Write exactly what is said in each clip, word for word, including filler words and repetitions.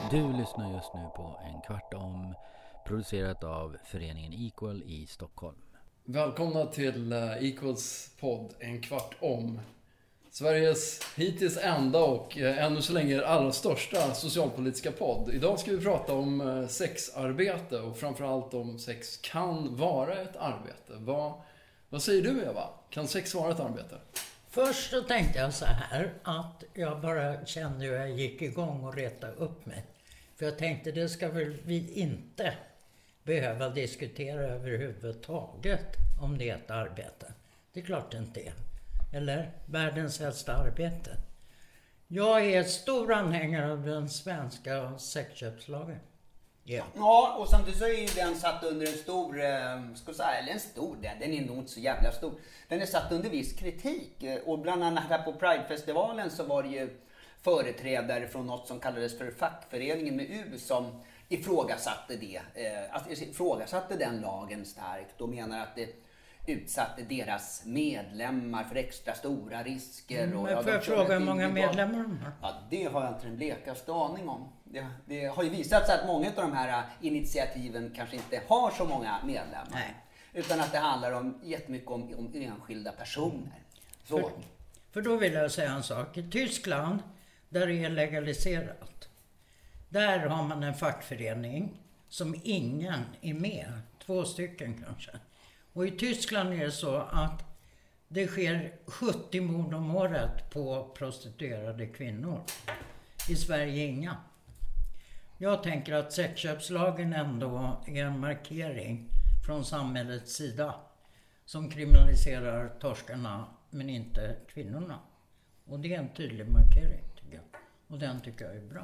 Du lyssnar just nu på En kvart om, producerat av föreningen Equal i Stockholm. Välkomna till Equals podd En kvart om. Sveriges hittills enda och ännu så länge allra största socialpolitiska podd. Idag ska vi prata om sexarbete och framförallt om sex kan vara ett arbete. Vad, vad säger du, Eva? Kan sex vara ett arbete? Först så tänkte jag så här att jag bara kände hur jag gick igång och retade upp mig. För jag tänkte det ska väl vi inte behöva diskutera överhuvudtaget om det är ett arbete. Det är klart det inte är. Eller världens äldsta arbete. Jag är stor anhängare av den svenska sexköpslagen. Yeah. Ja, och samtidigt så är ju den satt under en stor, ska säga, eller en stor, den är nog inte så jävla stor. Den är satt under viss kritik och bland annat här på Pride-festivalen så var det ju företrädare från något som kallades för fackföreningen med U som ifrågasatte det, alltså ifrågasatte den lagen starkt och menar att det utsatte deras medlemmar för extra stora risker. Mm, och, men ja, får jag fråga hur många medlemmar de har? Ja, det har jag inte en blekaste aning om. Det, det har ju visat sig att många av de här initiativen kanske inte har så många medlemmar. Nej. Utan att det handlar om jättemycket om, om enskilda personer. Så. För, för då vill jag säga en sak. I Tyskland, där det är legaliserat, där har man en fackförening som ingen är med. Två stycken kanske. Och i Tyskland är det så att det sker sjuttio mord om året på prostituerade kvinnor. I Sverige inga. Jag tänker att sexköpslagen ändå är en markering från samhällets sida som kriminaliserar torskarna men inte kvinnorna. Och det är en tydlig markering tycker jag. Och den tycker jag är bra.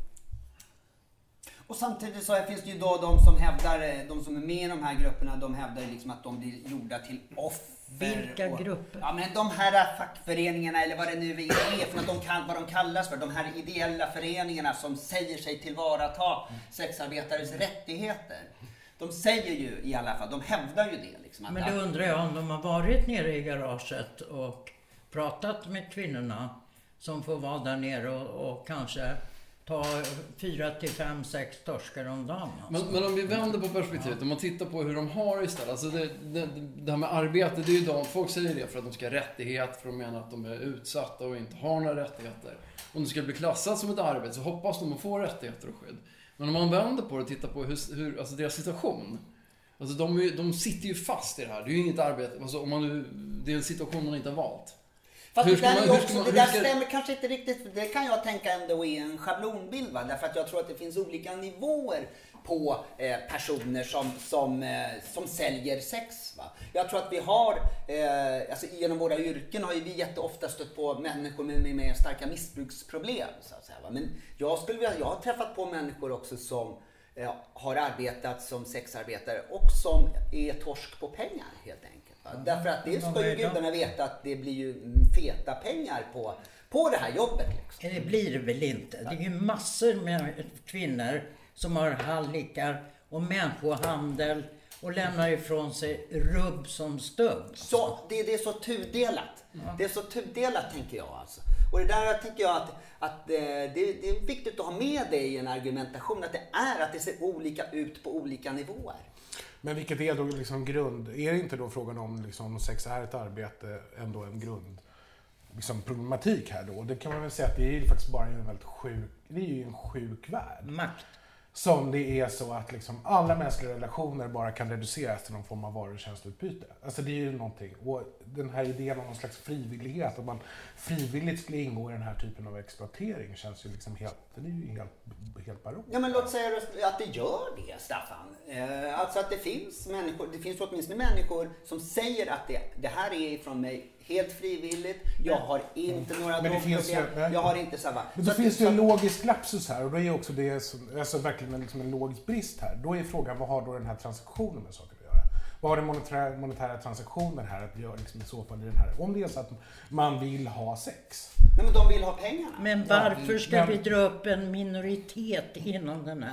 Och samtidigt så finns det ju då de som hävdar, de som är med i de här grupperna, de hävdar liksom att de blir gjorda till offer. Vilka och, grupper? Ja, men de här fackföreningarna eller vad det nu är för att de kan, vad de kallas för, de här ideella föreningarna som säger sig tillvarata sexarbetares rättigheter. De säger ju i alla fall, de hävdar ju det. Liksom, att men då undrar jag om de har varit nere i garaget och pratat med kvinnorna som får vara där nere och, och kanske ta fyra till fem, sex torskar om dagen. Men, men om vi vänder på perspektivet, ja. Om man tittar på hur de har istället. Alltså det, det, det här med arbete, det är ju de, folk säger det för att de ska ha rättighet, för de menar att de är utsatta och inte har några rättigheter. Om det ska bli klassat som ett arbete så hoppas de att få rättigheter och skydd. Men om man vänder på det och tittar på hur, hur, alltså deras situation. Alltså de, de sitter ju fast i det här. Det är ju inget arbete. Alltså om man nu, det är en situation man inte har valt. Fast det där, man, också, man, det där ska... stämmer kanske inte riktigt, det kan jag tänka ändå är en schablonbild, va? Därför att jag tror att det finns olika nivåer på eh, personer som, som, eh, som säljer sex. Va? Jag tror att vi har, eh, alltså genom våra yrken har ju vi jätteofta stött på människor med, med, med starka missbruksproblem. Så att säga, va? Men jag, skulle vilja, jag har träffat på människor också som eh, har arbetat som sexarbetare och som är torsk på pengar helt enkelt. Mm. Därför att det ska ju gudarna veta att det blir ju feta pengar på, på det här jobbet. Liksom. Det blir det väl inte. Det är ju massor med kvinnor som har hallickar och människohandel och lämnar ifrån sig rubb som stubb. Så det, det är så tudelat. Ja. Det är så tudelat tänker jag alltså. Och det där tycker jag att, att det, det är viktigt att ha med det i en argumentation. Att det är att det ser olika ut på olika nivåer. Men vilket är då liksom grund? Är det inte då frågan om liksom sex är ett arbete ändå en grund liksom problematik här då? Det kan man väl säga att det är ju faktiskt bara en väldigt sjuk, det är ju en sjuk värld. Makt. Som det är så att liksom alla mänskliga relationer bara kan reduceras till någon form av varu- och tjänsteutbyte. Alltså det är ju någonting. Och den här idén om någon slags frivillighet, att man frivilligt skulle ingå i den här typen av exploatering känns ju liksom helt, det är ju helt, helt barockt. Ja men låt säga att det gör det, Staffan. Eh, alltså att det finns människor, det finns åtminstone människor som säger att det, det här är ifrån mig helt frivilligt. Jag har inte mm. några drogproblem. Jag har inte samma. Men då så finns det ju en logisk lapsus här och då är också det som, alltså verkligen en, liksom en logisk brist här. Då är frågan, vad har då den här transaktionen med saker att göra? Vad har den monetära, monetära transaktionen här att göra liksom i så fall i den här? Om det är så att man vill ha sex. Nej, men de vill ha pengarna. Men varför ska ja, vi dra upp en minoritet inom den här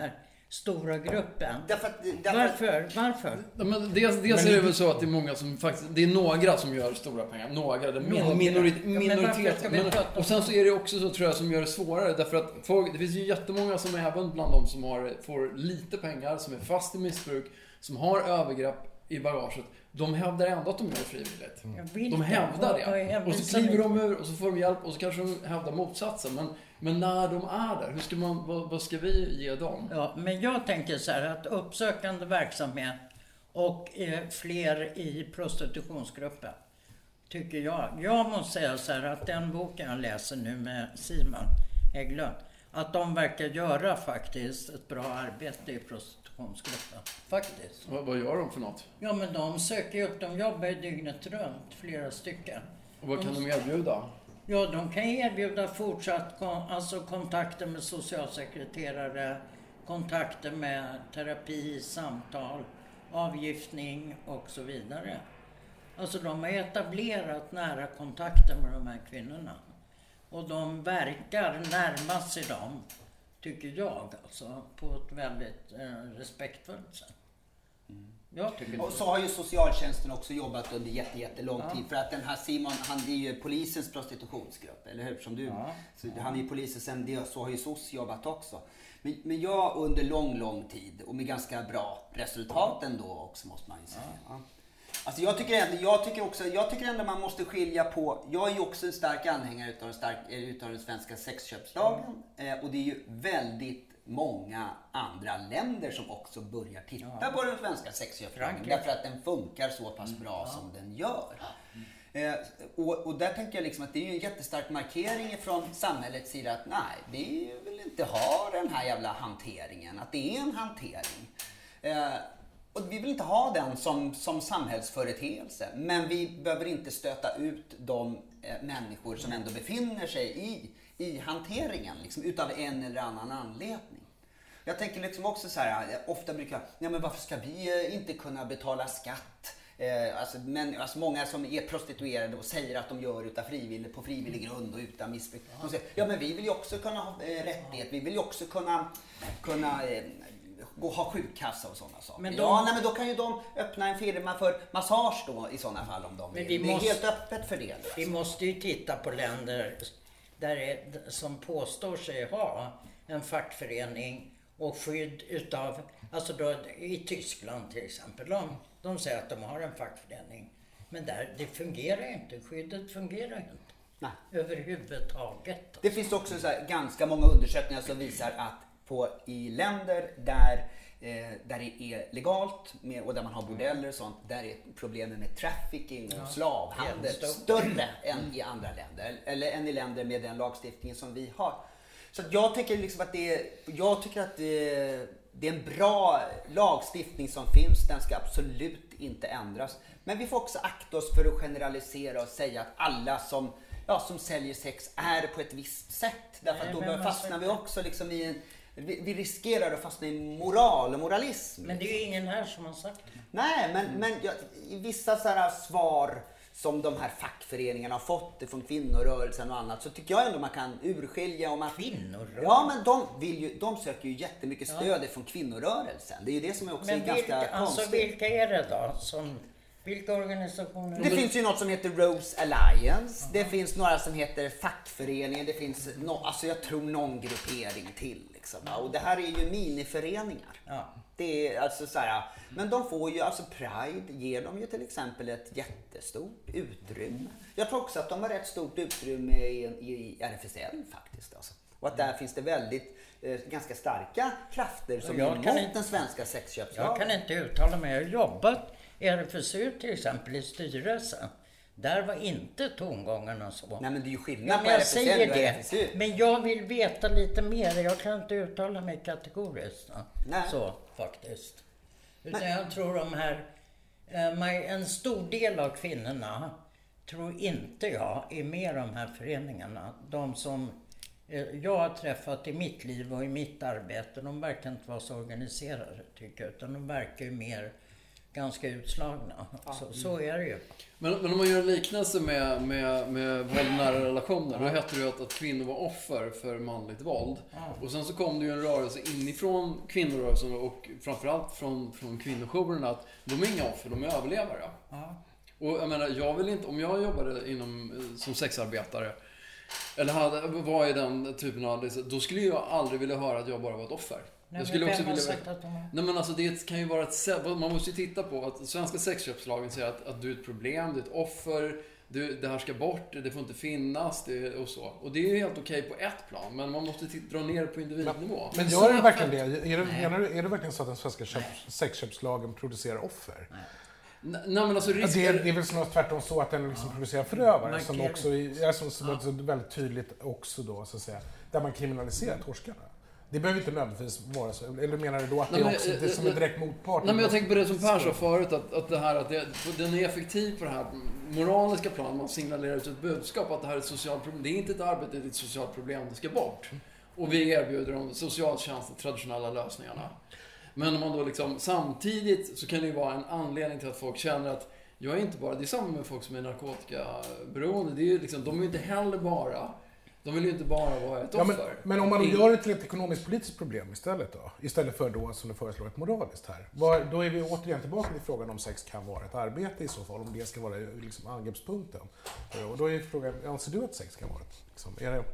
stora gruppen. Därför att, därför Varför? Varför? Ja, men dels dels Men är det det- väl så att det är många som faktiskt, det är några som gör stora pengar, några, det är min, Några. minori, Ja, men minoritet. varför ska vi Men, prata om och sen så är det också så tror jag som gör det svårare, därför att folk, det finns ju jättemånga som även bland de som har, får lite pengar, som är fast i missbruk, som har övergrepp i bagaget, de hävdar ändå att de gör det frivilligt. De hävdar det. Och så kliver de ur och så får de hjälp och så kanske de hävdar motsatsen. Men, men när de är där, hur ska man, vad, vad ska vi ge dem? Ja, men jag tänker så här att uppsökande verksamhet och eh, fler i prostitutionsgruppen tycker jag. Jag måste säga så här att den boken jag läser nu med Simon Hägglund, att de verkar göra faktiskt ett bra arbete i prostitutionsgruppen. Faktiskt. Vad, vad gör de för något? Ja, men de söker upp, de jobbar ju dygnet runt, flera stycken. Och vad kan de erbjuda? Ja, de kan erbjuda fortsatt kon- alltså kontakter med socialsekreterare, kontakter med terapi, samtal, avgiftning och så vidare. Alltså de har etablerat nära kontakter med de här kvinnorna. Och de verkar närma sig dem, tycker jag, alltså på ett väldigt eh, respektfullt sätt. Jag tycker Och det. så har ju socialtjänsten också jobbat under jätte, jättelång Ja. tid. För att den här Simon, han är ju polisens prostitutionsgrupp, eller hur? Som du. Ja. Så han är ju polisen, sen det, så har ju S O S jobbat också. Men, men jag under lång, lång tid och med ganska bra resultat ändå också, måste man ju säga. Ja. Alltså jag tycker ändå, jag tycker också, jag tycker ändå man måste skilja på, jag är ju också en stark anhängare utav den, stark, utav den svenska sexköpslagen. Eh, och det är ju väldigt många andra länder som också börjar titta Ja. på den svenska sexköpslagen. Frankrike. Därför att den funkar så pass bra som den gör. Eh, och, och där tänker jag liksom att det är ju en jättestark markering från samhällets sida att nej, vi vill inte ha den här jävla hanteringen. Att det är en hantering. Eh, och vi vill inte ha den som, som samhällsföreteelse. Men vi behöver inte stöta ut de eh, människor som ändå befinner sig i, i hanteringen. Liksom, utav en eller annan anledning. Jag tänker liksom också så här, ofta brukar jag, ja men varför ska vi inte kunna betala skatt? Eh, alltså, men, alltså många som är prostituerade och säger att de gör utav frivillig, på frivillig grund och utan missbruk. De säger, ja men vi vill ju också kunna ha eh, rättighet, vi vill ju också kunna, kunna eh, gå ha sjukkassa och sådana saker. Men de- Ja, nej, men då kan ju de öppna en firma för massage då i sådana fall om de Men vill. vi Det är måste- helt öppet för det. Vi måste ju titta på länder där det, som påstår sig ha en fackförening och skydd utav, alltså då, i Tyskland till exempel, de, de säger att de har en fackförening. Men där, det fungerar inte, skyddet fungerar inte Nej. överhuvudtaget. Det finns också så här, ganska många undersökningar som visar att på, i länder där, eh, där det är legalt med, och där man har bordeller och sånt, där är problemen med trafficking och Ja. slavhandel Jättestort. större än i andra länder. Eller än i länder med den lagstiftningen som vi har. Så att jag tycker liksom att det är, jag tycker att det, det är en bra lagstiftning som finns. Den ska absolut inte ändras. Men vi får också akta oss för att generalisera och säga att alla som, ja, som säljer sex är på ett visst sätt. Därför Nej, att då men man fastnar vi ska- också liksom i en, vi, vi riskerar att fastna i moral och moralism. Men det är ju ingen här som har sagt det. Nej, men, men ja, i vissa så här svar som de här fackföreningarna har fått från kvinnorörelsen och annat, så tycker jag ändå man kan urskilja om att... Kvinnorörelsen? Ja, men de, vill ju, de söker ju jättemycket stöd från kvinnorörelsen. Det är ju det som är också Men är ganska vilka, konstigt. alltså vilka är det då som, vilka organisationer? Det finns ju något som heter Rose Alliance. Det finns några som heter fackföreningen. Det finns, no, alltså jag tror någon gruppering till. Liksom. Ja, och det här är ju miniföreningar. Ja. Det är alltså så här, men de får ju, alltså Pride ger dem ju till exempel ett jättestort utrymme. Jag tror också att de har rätt stort utrymme i, i R F S L faktiskt. Alltså. Och att där finns det väldigt, eh, ganska starka krafter som Jag är kan emot inte- den svenska sexköpslagen. Jag kan inte uttala mig. Jag har jobbat i R F S U till exempel i styrelsen. Där var inte tongångarna så. Nej, men det är ju skillnad Ja, på men jag R F S L säger och R F S U. det. Men jag vill veta lite mer. Jag kan inte uttala mig kategoriskt. då. Nej. Så faktiskt. Utan Men- jag tror de här, eh, maj- en stor del av kvinnorna tror inte jag är med i de här föreningarna. De som eh, jag har träffat i mitt liv och i mitt arbete, de verkar inte vara så organiserade tycker jag. Utan de verkar ju mer ganska utslagna. Ja. Så, så är det ju. Men, men om man gör en liknelse med, med, med våld i nära relationer, då hette det ju att, att kvinnor var offer för manligt våld. Ja. Och sen så kom det ju en rörelse inifrån kvinnorörelsen och framförallt från, från kvinnojourerna att de är inga offer, de är överlevare. Ja. Och jag menar, jag vill inte, om jag jobbade inom, som sexarbetare eller hade, var i den typen av, då skulle jag aldrig vilja höra att jag bara var ett offer. Nej, jag skulle vem också har vilja... sagt att de har... Nej, men alltså det kan ju vara ett... Man måste ju titta på att svenska sexköpslagen säger att, att du är ett problem, du är ett offer, du, det här ska bort, det får inte finnas det, och så. Och det är ju helt okej på ett plan, men man måste titta, dra ner på individnivå. Men, men gör det verkligen det? Är det, är, det, är det verkligen så att den svenska köp, sexköpslagen producerar offer? Nej. Nej, men alltså risker... det, är, det är väl snarare tvärtom så att den liksom ja. producerar förövare som också är som, som ja. väldigt tydligt också då, så att säga, där man kriminaliserar torskarna. Det behöver inte nödvändigtvis vara så. Eller menar du då att nej, det är också det är som en direkt motpart? Nej, men jag tänker på det som Per sa förut, att, att det här att det, den är effektiv på det här moraliska planen. Man signalerar ut ett budskap att det här är ett socialt problem. Det är inte ett arbete, det är ett socialt problem, det ska bort. Och vi erbjuder de socialtjänst, de traditionella lösningarna. Men om man då liksom, samtidigt så kan det ju vara en anledning till att folk känner att jag är inte bara, det är samma med folk som är narkotikaberoende. Det är ju liksom, de är ju inte heller bara, de vill ju inte bara vara ett ja, offer. Men, men om man In... gör det till ett ekonomiskt-politiskt problem istället då? Istället för då som du föreslår ett moraliskt här. Var, då är vi återigen tillbaka till frågan om sex kan vara ett arbete i så fall. Om det ska vara liksom angreppspunkten. Och då är frågan, anser du att sex kan vara ett? Liksom, är det...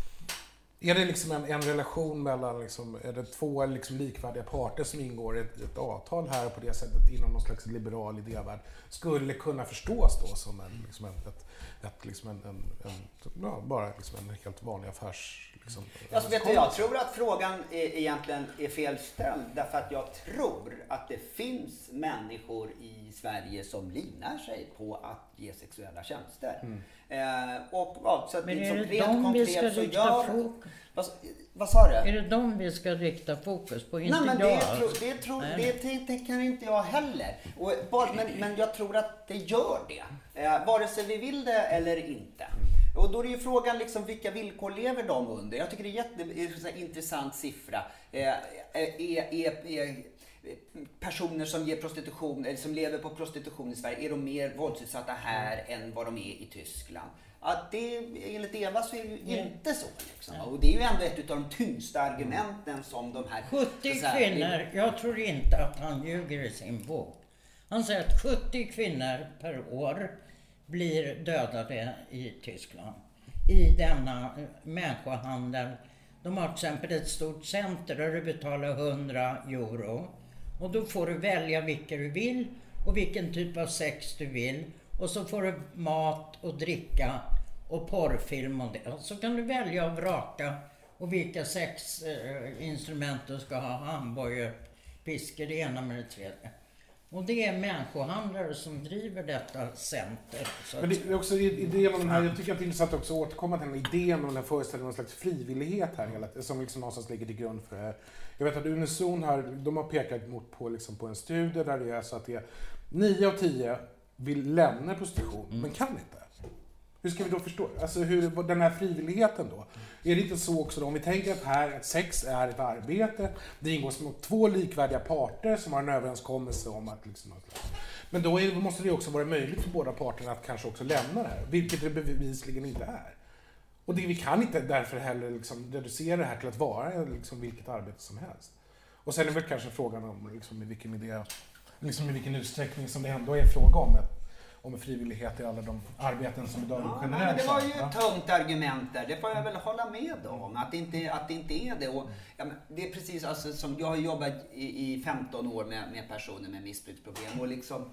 Är det liksom en, en relation mellan, liksom, är det två liksom likvärdiga parter som ingår i ett, ett avtal här på det sättet inom någon slags liberal idévärld skulle kunna förstås då som en, liksom en, ett, ett, liksom en, en, en ja, bara liksom en helt vanlig affärs... Liksom, alltså, vet du, jag tror att frågan är, egentligen är felställd därför att jag tror att det finns människor i Sverige som livnär sig på att ge sexuella tjänster. Mm. Eh, och, ja, så att men det, är det rent de vi ska så rikta gör, fokus? Vad, vad sa du? Är det de vi ska rikta fokus på? Inte Nej, men jag. det, tro, det, tro, det tänker inte jag heller. Och, bara, men, men jag tror att det gör det. Eh, vare sig vi vill det eller inte. Och då är ju frågan liksom, vilka villkor lever de under? Jag tycker det är en jätteintressant siffra. Eh, är, är, är personer som ger prostitution eller som lever på prostitution i Sverige, är de mer våldsutsatta här mm. än vad de är i Tyskland? Att det, enligt Eva så är det ju mm. inte så. Liksom. Mm. Och det är ju ändå ett av de tyngsta argumenten som de här... sjuttio här, kvinnor, jag tror inte att han ljuger i sin bok. Han säger att sjuttio kvinnor per år blir dödade i Tyskland i denna människohandel. De har till exempel ett stort center där du betalar hundra euro och då får du välja vilka du vill och vilken typ av sex du vill och så får du mat och dricka och porrfilm och det. Så kan du välja och vraka och vilka sexinstrument du ska ha, handbojor, piskor, det ena med det tredje. Och det är människohandlare som driver detta center. Så men det är också idén om den här, jag tycker att det är intressant också att återkomma till den idén om den här föreställningen, någon slags frivillighet här hela, som liksom någonstans ligger till grund för det här. Jag vet att Unison har, de har pekat mot på, liksom på en studie där det är så att det är nio av tio vill lämna prostitution, mm. men kan inte. Hur ska vi då förstå? Alltså hur, den här frivilligheten då? Är det inte så också då, om vi tänker att här att sex är ett arbete, det ingår som två likvärdiga parter som har en överenskommelse om att liksom, men då är, måste det också vara möjligt för båda parterna att kanske också lämna det här, vilket det bevisligen inte är. Och det, vi kan inte därför heller liksom reducera det här till att vara liksom vilket arbete som helst. Och sen är det väl kanske frågan om liksom, i vilken idé, liksom i vilken utsträckning som det ändå är fråga om ett om frivillighet i alla de arbeten som idag ja, generellt. Det var ju ett tungt argument där, det får jag väl hålla med om, att det inte, att det inte är det. Och, ja, det är precis alltså, som jag har jobbat i, i femton år med, med personer med missbruksproblem och liksom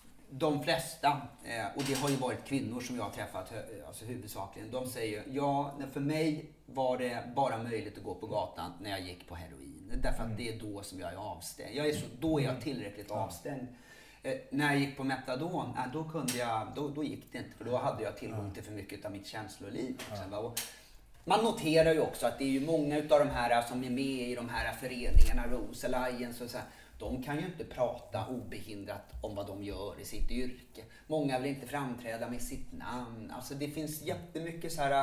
de flesta, eh, och det har ju varit kvinnor som jag har träffat alltså huvudsakligen, de säger ja, för mig var det bara möjligt att gå på gatan när jag gick på heroin. Därför att mm. det är då som jag är avstängd. Jag är så, då är jag tillräckligt avstängd. Eh, när jag gick på metadon, eh, då, kunde jag, då, då gick det inte, för då hade jag tillgång till för mycket av mitt känsloliv. Liksom, och man noterar ju också att det är ju många av de här som är med i de här föreningarna, Rose Alliance och så här, de kan ju inte prata obehindrat om vad de gör i sitt yrke. Många vill inte framträda med sitt namn. Alltså det finns jättemycket så här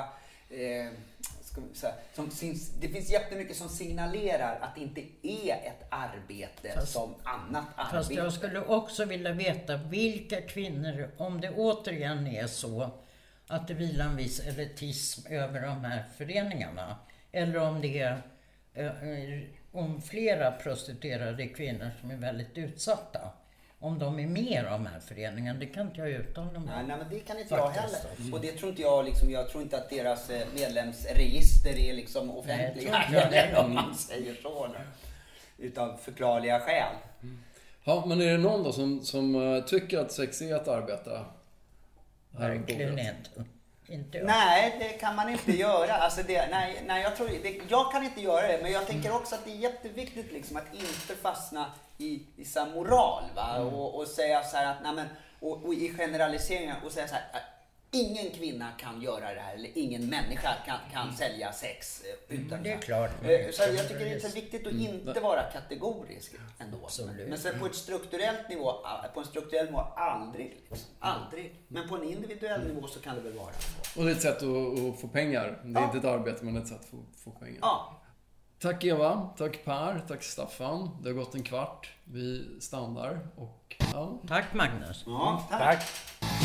eh, ska vi säga, som, det finns jättemycket som signalerar att det inte är ett arbete fast, som annat arbete. Fast jag skulle också vilja veta vilka kvinnor, om det återigen är så att det vilar en viss elitism över de här föreningarna, eller om det är eh, om flera prostituerade kvinnor som är väldigt utsatta. Om de är med i de här föreningarna, det kan inte jag uttala mig. Nej, nej, men det kan inte faktiskt jag heller. Mm. Och det tror inte jag liksom, jag tror inte att deras medlemsregister är liksom offentliga. Nej, om man säger så. Utav förklarliga skäl. Mm. Ja, men är det någon då som, som tycker att sex är att arbeta? Verkligen inte. Inte jag. Nej, det kan man inte göra. Alltså det, nej, nej, jag, tror, det, jag kan inte göra det, men jag tänker också att det är jätteviktigt liksom, att inte fastna i, i så här moral. Va? Mm. Och, och säga så här att, nej, men, och, och i generaliseringar och säga så här att ingen kvinna kan göra det här, eller ingen människa kan, kan mm. sälja sex utan det är klart. Så jag tycker det är så viktigt att inte mm. vara kategorisk ändå. Absolut. Men sen på ett strukturellt nivå, på en strukturell nivå aldrig, liksom. aldrig. Men på en individuell nivå så kan det väl vara. Och det är ett sätt att, att få pengar. Det är ja. inte ett arbete, men ett sätt att få, få pengar. Ja. Tack Eva, tack Per, tack Staffan. Det har gått en kvart. Vi stannar och ja. Tack Magnus. Ja, tack. tack.